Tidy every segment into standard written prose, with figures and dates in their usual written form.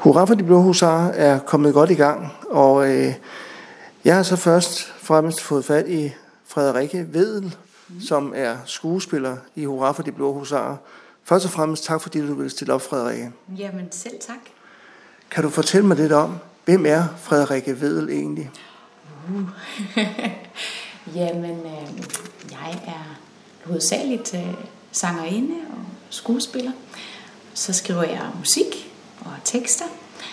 Hurra for de blå husarer er kommet godt i gang, og jeg har så først fremmest fået fat i Frederikke Vedel, som er skuespiller i Hurra for de blå husarer. Først og fremmest tak, fordi du ville stille op, Frederikke. Jamen selv tak. Kan du fortælle mig lidt om, hvem er Frederikke Vedel egentlig? Jamen, jeg er hovedsageligt sangerinde og skuespiller. Så skriver jeg musik og tekster.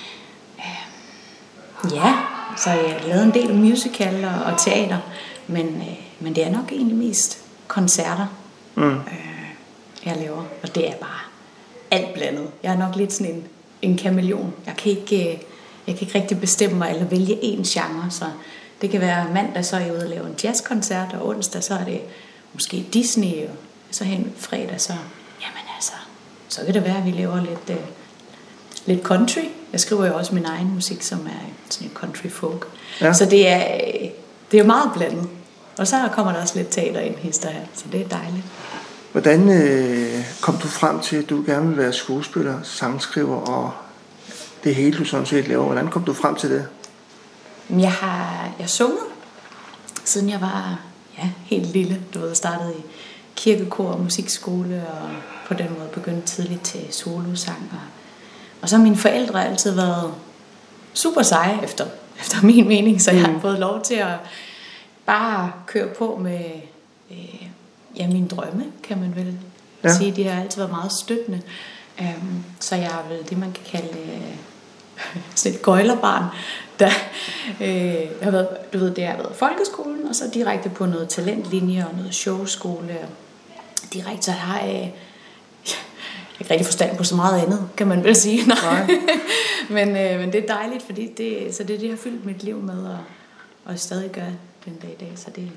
Så jeg har lavet en del musical og teater, men det er nok egentlig mest koncerter, jeg laver. Og det er bare alt blandet. Jeg er nok lidt sådan en kameleon. Jeg kan ikke rigtig bestemme mig eller vælge én genre, så det kan være mandag, så er jeg ude og lave en jazzkoncert, og onsdag, så er det måske Disney, og så hen fredag, så så kan det være, at vi laver lidt country. Jeg skriver jo også min egen musik, som er sådan en country folk. Ja. Så det er jo meget blandet. Og så kommer der også lidt teater ind hister her, så det er dejligt. Hvordan kom du frem til, at du gerne vil være skuespiller, sangskriver og det hele, du sådan set laver? Hvordan kom du frem til det? Jeg har sunget, siden jeg var helt lille. Du ved, startede i kirkekor og musikskole, og på den måde begyndte tidligt til solosang. Og så har mine forældre altid været super seje efter min mening, så jeg har fået lov til at bare køre på med mine drømme, kan man vel sige. De har altid været meget støttende. Så jeg er vel det, man kan kalde sådan et gøjlerbarn. Jeg har været, det har været folkeskolen, og så direkte på noget talentlinje og noget showskole. Direkte så har jeg ikke rigtig forstand på så meget andet, kan man vel sige. Nej. men det er dejligt, fordi det er det, jeg har fyldt mit liv med, og stadig gør den dag i dag. Så det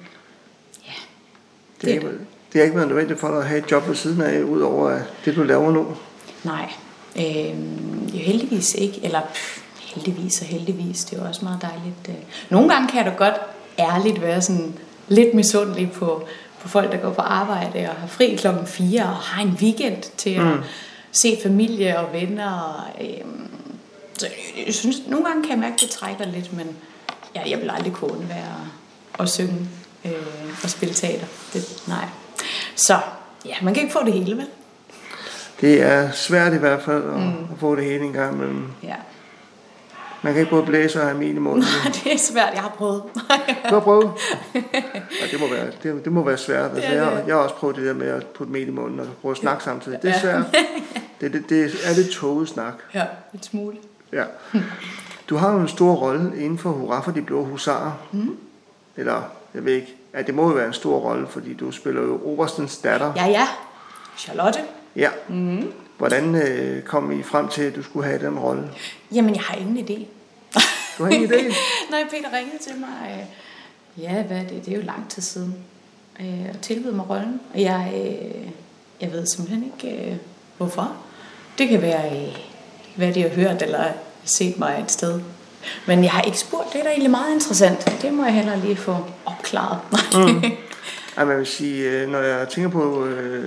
har ikke været nødvendigt for dig at have et job ved siden af, udover det, du laver nu? Nej, jo heldigvis ikke. Eller heldigvis. Det er jo også meget dejligt. Nogle gange kan jeg da godt ærligt være sådan lidt misundelig på folk, der går på arbejde og har fri 4:00 og har en weekend til at se familie og venner. Så jeg synes, nogle gange kan jeg mærke, at det trækker lidt, men jeg vil aldrig kunne undvære at synge og spille teater. Nej. Så man kan ikke få det hele, vel? Det er svært i hvert fald at få det hele en gang imellem. Ja. Man kan ikke både blæse og have mel i munden. Nej, det er svært. Jeg har prøvet. Du har prøvet? Ja, det må være svært. Altså, jeg har også prøvet det der med at putte mel i munden og prøve at snakke samtidig. Det er svært. Det er lidt tåget snak. Ja, et smule. Ja. Du har jo en stor rolle inden for Hurra for de blå husarer. Eller, jeg ved ikke. Ja, det må jo være en stor rolle, fordi du spiller jo oberstens datter. Ja. Charlotte. Ja. Hvordan kom I frem til, at du skulle have den rolle? Jamen, jeg har ingen idé. Du har ingen idé? Når Peter ringede til mig, hvad er det? Det er jo lang tid siden, og tilbød mig rollen. Og jeg ved simpelthen ikke, hvorfor. Det kan være, hvad de har hørt eller set mig et sted. Men jeg har ikke spurgt. Det er da egentlig meget interessant. Det må jeg hellere lige få opklaret. Jeg vil sige, når jeg tænker på...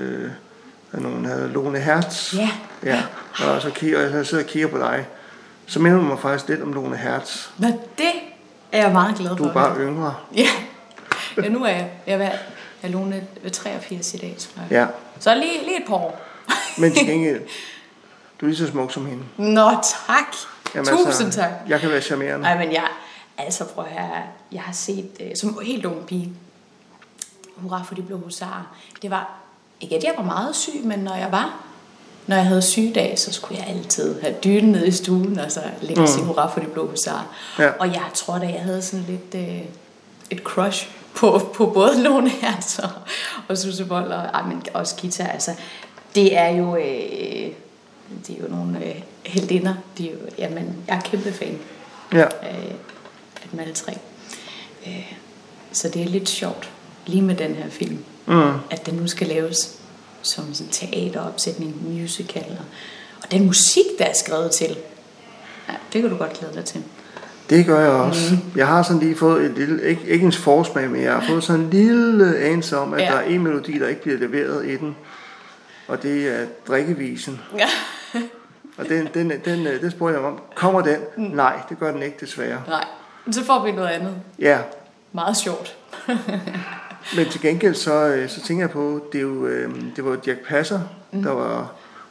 nogen havde Lone Hertz. Ja. Og så jeg sidder og kigger på dig. Så minder du mig faktisk lidt om Lone Hertz. Nå, det er jeg meget glad for. Du er bare yngre. Ja, nu er jeg Lone 83 i dag, tror jeg. Ja. Så lige et par år. Men til gengæld, du er lige så smuk som hende. Nå, tak. Jamen, Tusind tak. Jeg kan være charmerende. Nej, men prøv at høre, jeg har set, som helt ung pige, Hurra for de blå husarer. Det var ikke, at jeg var meget syg, men når jeg havde sygedag, så skulle jeg altid have dynen ned i stuen, og så ligge og sige Hurra for de blå husarer. Ja. Og jeg tror da, jeg havde sådan lidt et crush på både Lone Hertz og Susse Wold, men også Gita. Altså, det er jo nogle heldinder. Jeg er kæmpe fan af dem alle tre. Så det er lidt sjovt, lige med den her film. At den nu skal laves som en teateropsætning, musical, og den musik, der er skrevet til. Ja, det kan du godt glæde dig til. Det gør jeg også. Jeg har sådan lige fået et lille, ikke en forsmag, men jeg har fået sådan en lille anelse om, at der er en melodi, der ikke bliver leveret i den. Og det er Drikkevisen. Ja. Og den spurgte jeg om. Kommer den? Nej, det gør den ikke, desværre. Nej, men så får vi noget andet. Ja. Meget sjovt. Men til gengæld, så tænker jeg på, det var Dirch Passer, der var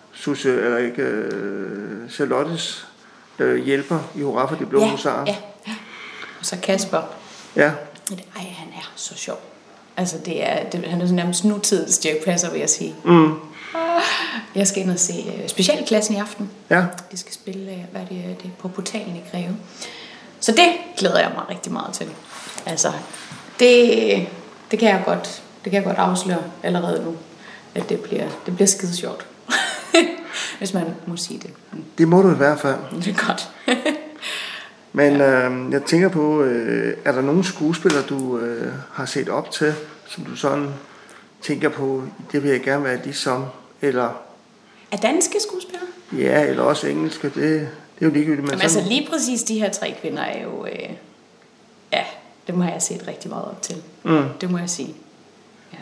Charlottes hjælper i Hurra for de blå husarer. Ja. Og så Kasper. Ja. Han er så sjov. Altså, han er nærmest nutidens Dirch Passer, vil jeg sige. Jeg skal ind og se specialklassen i aften. Ja. De skal spille, det er på Portalen i Greve. Så det glæder jeg mig rigtig meget til. Altså, det kan jeg godt afsløre allerede nu, at det bliver skide sjovt. Hvis man må sige det. Det må du i hvert fald. Det er godt. Men jeg tænker på, er der nogle skuespillere, du har set op til, som du sådan tænker på, det vil jeg gerne være ligesom, eller... Er danske skuespillere? Ja, eller også engelske, det er jo ligegyldigt. Men altså lige præcis de her 3 kvinder er jo... dem har jeg set rigtig meget op til. Det må jeg sige. Ja.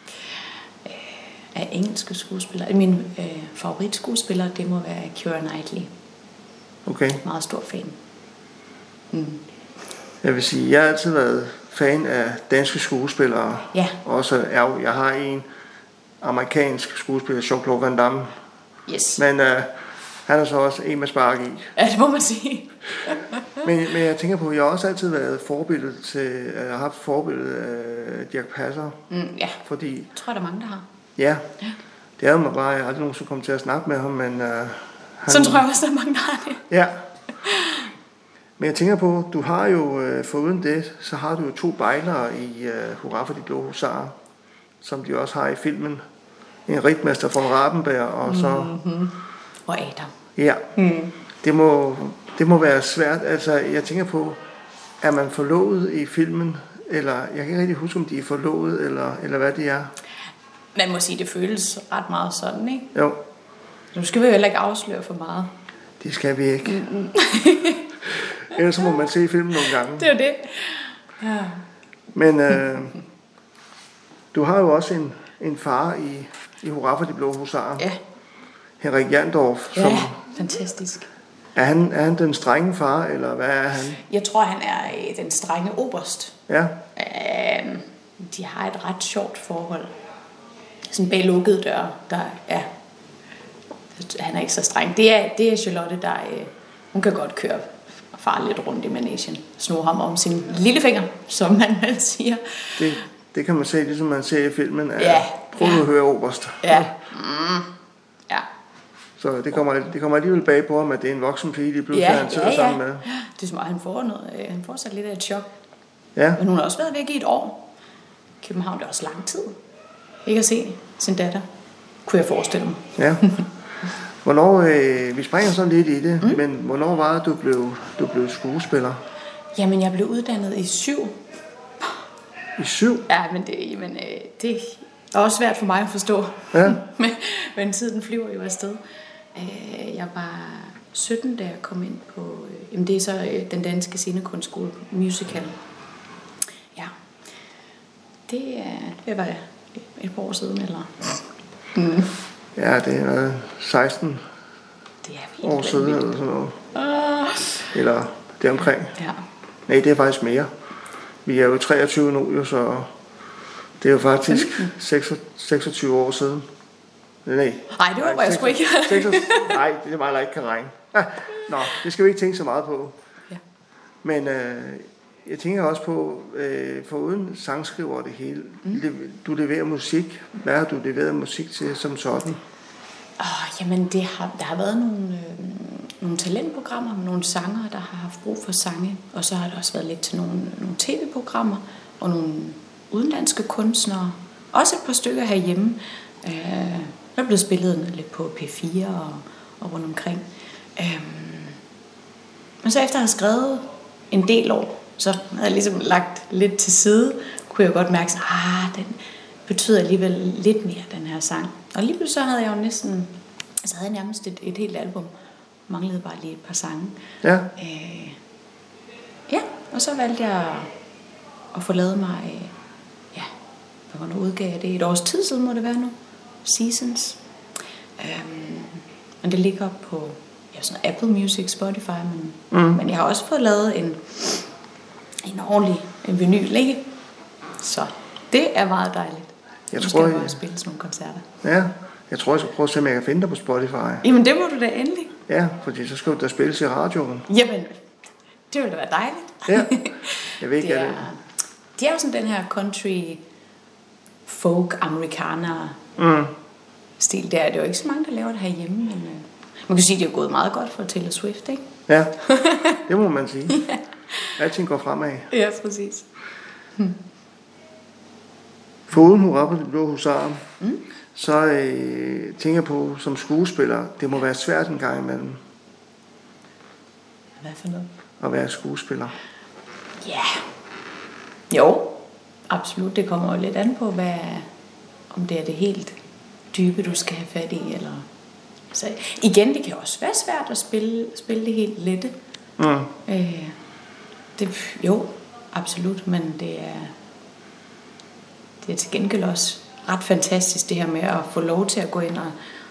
Af engelske skuespillere. Min favoritskuespiller, det må være Keira Knightley. Okay. Meget stor fan. Jeg vil sige, jeg har altid været fan af danske skuespillere. Ja. Også jeg har en amerikansk skuespiller, Jean-Claude Van Damme. Yes. Men han er så også en med spark i. Ja, det må man sige. men jeg tænker på, at jeg har også altid været forbillede til, jeg har haft forbillede af Dirch Passer. Ja. Fordi, jeg tror, der er mange, der har. Ja. Det er jo bare, jeg har aldrig nogensinde kommet til at snakke med ham, men... Så tror jeg også, der er mange, der har det. Ja. Men jeg tænker på, du har jo, foruden det, så har du jo 2 bejlere i Hurra for de blå husarer, som de også har i filmen. En ritmester von Rabenberg, og så... Og Adam. Ja. Det må være svært. Altså, jeg tænker på, er man forlovet i filmen, eller jeg kan ikke rigtig huske, om de er forlovet, eller hvad det er. Man må sige, det føles ret meget sådan, ikke? Jo. Nu skal vi jo heller ikke afsløre for meget. Det skal vi ikke. Ellers må man se filmen nogle gange. Det er det. Ja. Men du har jo også en far i Hurra for de blå husarer. Ja. Henrik Jerndorf. Ja, fantastisk. Er han den strenge far, eller hvad er han? Jeg tror, han er den strenge oberst. Ja. De har et ret sjovt forhold. Sådan bag lukkede døre, han er ikke så streng. Det er Charlotte, der hun kan godt køre far lidt rundt i managen. Sno ham om sin lillefinger, som man siger. Det kan man se, ligesom man ser i filmen. Prøv at høre oberst. Ja. Ja. Så det kommer alligevel bag på ham, at det er en voksen pige, de pludselig han sidder sammen med. Det er som om, han får sig lidt af et chok. Ja. Men hun har også været væk i et år. København, det er også lang tid. Ikke at se sin datter, kunne jeg forestille mig. Ja. Hvornår, vi springer sådan lidt i det, men hvornår var det, du blev skuespiller? Jamen, jeg blev uddannet i 7. I 7? Ja, men det er også svært for mig at forstå. Ja. Men tiden flyver jo afsted. Jeg var 17, da jeg kom ind på... det er så den danske scenekunstskole musical. Ja. Det var et par år siden, eller... Ja, det er 16 år siden, eller sådan noget. Eller deromkring. Ja. Nej, det er faktisk mere. Vi er jo 23 nu, så det er jo faktisk 26 år siden. Nej, det var jeg sgu ikke. Nej, det er meget, der ikke kan regne. Nå, det skal vi ikke tænke så meget på. Ja. Men jeg tænker også på, foruden sangskriver det hele, du leverer musik. Hvad har du leveret musik til som sådan? Jamen, der har været nogle talentprogrammer med nogle sangere, der har haft brug for sange. Og så har det også været lidt til nogle tv-programmer og nogle udenlandske kunstnere. Også et par stykker herhjemme. Der er blevet spillet lidt på P4 og rundt omkring. Men så efter at have skrevet en del år, så havde jeg ligesom lagt lidt til side, kunne jeg godt mærke, at den betyder alligevel lidt mere, den her sang. Og lige pludselig så havde jeg jo næsten, altså havde jeg nærmest et helt album. Manglede bare lige et par sange. Ja. Og så valgte jeg at få lavet mig, hvornår udgav jeg det? Et års tid siden må det være nu. Seasons. Men det ligger på sådan Apple Music, Spotify, men jeg har også fået lavet en ordentlig vinyl, ikke? Så det er meget dejligt. Jeg nu tror, skal jeg spille sådan nogle koncerter. Ja, jeg tror, jeg skal prøve at se, om jeg kan finde dig på Spotify. Jamen, det må du da endelig. Ja, fordi så skal du da spilles i radioen. Jamen, det ville da være dejligt. Ja, jeg ved ikke, det er jo sådan den her country, folk, amerikaner stil. Det er jo ikke så mange, der laver det herhjemme, men man kan sige, at det er gået meget godt for Taylor Swift, ikke? Ja, det må man sige. Ja. Alting går fremad. Ja, præcis. Foruden Hurra på de blå husarer, så tænker jeg på, som skuespiller, det må være svært en gang imellem. Hvad for noget? At være skuespiller. Ja. Jo, absolut. Det kommer jo lidt an på, om det er det helt dybe, du skal have fat i. Eller... Så igen, det kan også være svært at spille det helt lette. Jo, absolut, men det er til gengæld også ret fantastisk, det her med at få lov til at gå ind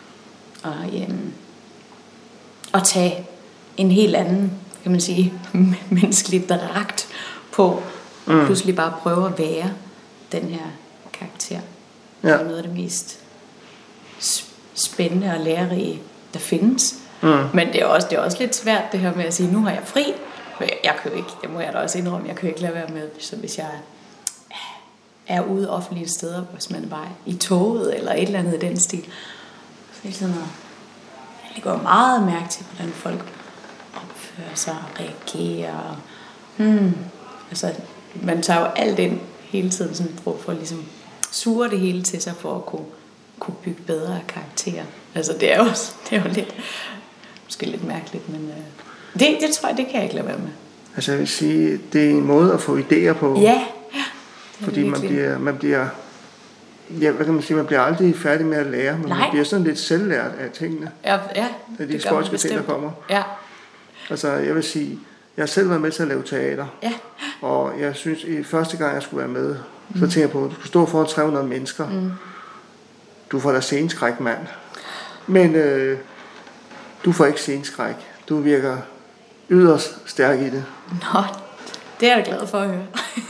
og tage en helt anden, kan man sige, menneskelig dragt på, og pludselig bare prøve at være den her karakter. Ja. Det er noget af det mest spændende og lærerige, der findes. Men det er også lidt svært det her med at sige, nu har jeg fri. Jeg kan jo ikke, det må jeg da også indrømme, jeg kan jo ikke lade være med, så hvis jeg er ude offentlige steder, hvis man er bare i toget eller et eller andet i den stil, så er det sådan noget, jeg går meget mærke til, hvordan folk opfører sig og reagerer. Altså, man tager jo alt ind hele tiden sådan, for at ligesom suge det hele til sig, for at kunne bygge bedre karakterer. Altså, det er jo lidt, måske lidt mærkeligt, men det tror jeg, det kan jeg ikke lade være med. Altså, jeg vil sige, det er en måde at få idéer på. Ja. Fordi man bliver, ja, hvad kan man sige, man bliver aldrig færdig med at lære, men man bliver sådan lidt selvlært af tingene. Ja, af de skotske ting, der kommer. Ja. Altså, jeg vil sige, jeg har selv været med til at lave teater. Ja. Og jeg synes, i første gang, jeg skulle være med, så tænkte jeg på, at du skulle stå foran 300 mennesker. Du får da sceneskræk, mand. Men du får ikke sceneskræk. Du virker yderst stærk i det. Nå, det er jeg da glad for at høre.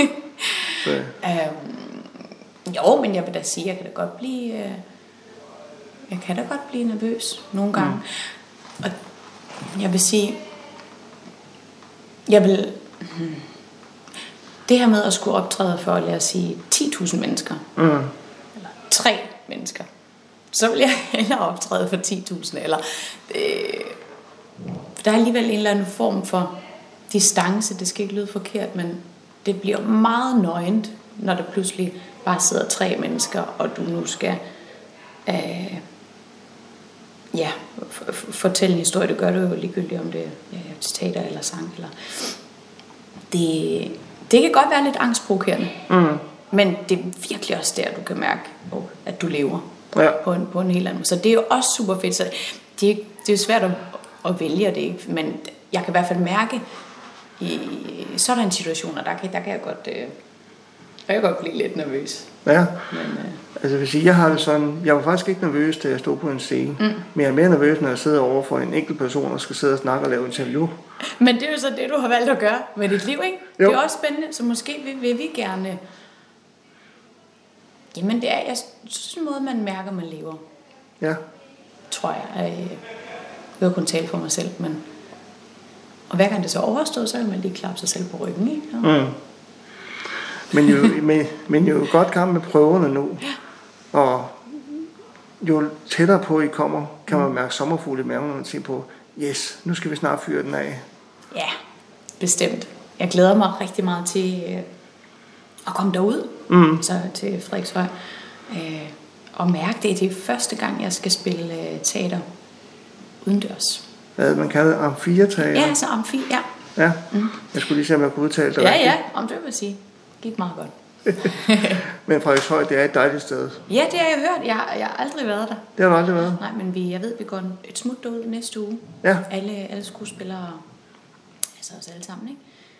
Jo, men jeg vil da sige, jeg kan da godt blive nervøs nogle gange. Og jeg vil sige, det her med at skulle optræde for, lad os sige, 10.000 mennesker, eller 3 mennesker, så vil jeg hellere optræde for 10.000, eller for der er alligevel en eller anden form for distance, det skal ikke lyde forkert, men det bliver meget nøgent, når der pludselig bare sidder 3 mennesker, og du nu skal fortælle en historie. Det gør du jo ligegyldigt, om det er teater eller sang. Eller det kan godt være lidt angstprovokerende, men det er virkelig også der, du kan mærke, at du lever på en helt anden måde. Så det er jo også super fedt. Så det er jo svært at vælge det, ikke? Men jeg kan i hvert fald mærke, i sådan situationer, der kan jeg godt blive lidt nervøs. Ja, altså jeg vil sige, jeg har det sådan, jeg var faktisk ikke nervøs, da jeg stod på en scene, men jeg er mere nervøs, når jeg sidder over for en enkelt person, og skal sidde og snakke og lave interview. Men det er jo så det, du har valgt at gøre med dit liv, ikke? Jo. Det er også spændende, så måske vil vi gerne, jamen det er, jeg synes en måde, man mærker, man lever. Ja. Tror jeg. Jeg vil kun tale for mig selv, men og hver gang det så overstået, så vil man lige klappe sig selv på ryggen, ikke? Ja. Men jo godt gang med prøverne nu. Ja. Og jo tættere på I kommer, kan man mærke sommerfugle i maven, når man tænker på, yes, nu skal vi snart fyre den af. Ja, bestemt. Jeg glæder mig rigtig meget til at komme derud, så til Frederikshøj, og mærke det. Det er første gang, jeg skal spille teater udendørs. Hvad man kalder amfiteater? Ja, så amfi, ja. Ja, jeg skulle lige se, om jeg kunne udtale det rigtigt. Ja, om det vil sige. Det gik meget godt. Men Frederikshøj, det er et dejligt sted. Ja, det har jeg hørt. Jeg har aldrig været der. Det har du aldrig været? Nej, men jeg ved, vi går et smut derud næste uge. Ja. Alle skuespillere, altså os alle sammen,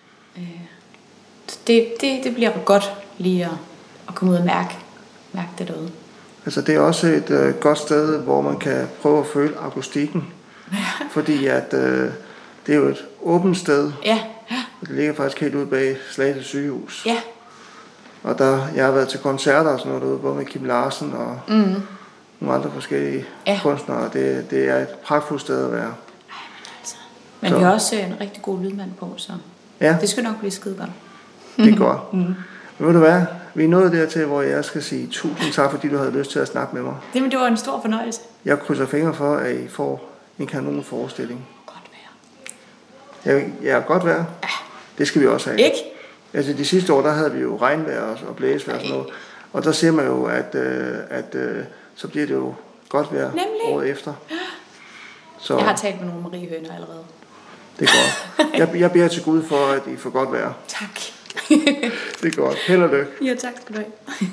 ikke? Det bliver godt lige at komme ud og mærke det derude. Altså det er også et godt sted, hvor man kan prøve at føle akustikken. Fordi at det er jo et åbent sted. Ja. Og det ligger faktisk helt ude bag Slagelse sygehus. Ja. Og jeg har været til koncerter og sådan noget derude, både med Kim Larsen og nogle andre forskellige kunstnere. Det er et pragtfuldt sted at være. Altså. Men vi har også en rigtig god lydmand på, så det skal nok blive skide godt. Det er godt. Men ved du hvad? Vi er nået dertil, hvor jeg skal sige tusind tak, fordi du havde lyst til at snakke med mig. Jamen, det var en stor fornøjelse. Jeg krydser fingre for, at I får en kanonforestilling. Godt vejr. Ja, godt vejr. Ja. Det skal vi også have. Ikke? Altså de sidste år, der havde vi jo regnvejr og blæsevejr og sådan noget. Og der ser man jo, at så bliver det jo godt vejr året efter. Så jeg har talt med nogle mariehøner allerede. det er godt. Jeg beder til Gud for, at I får godt vejr. Tak. Det er godt. Held og lykke. Ja, tak skal du have.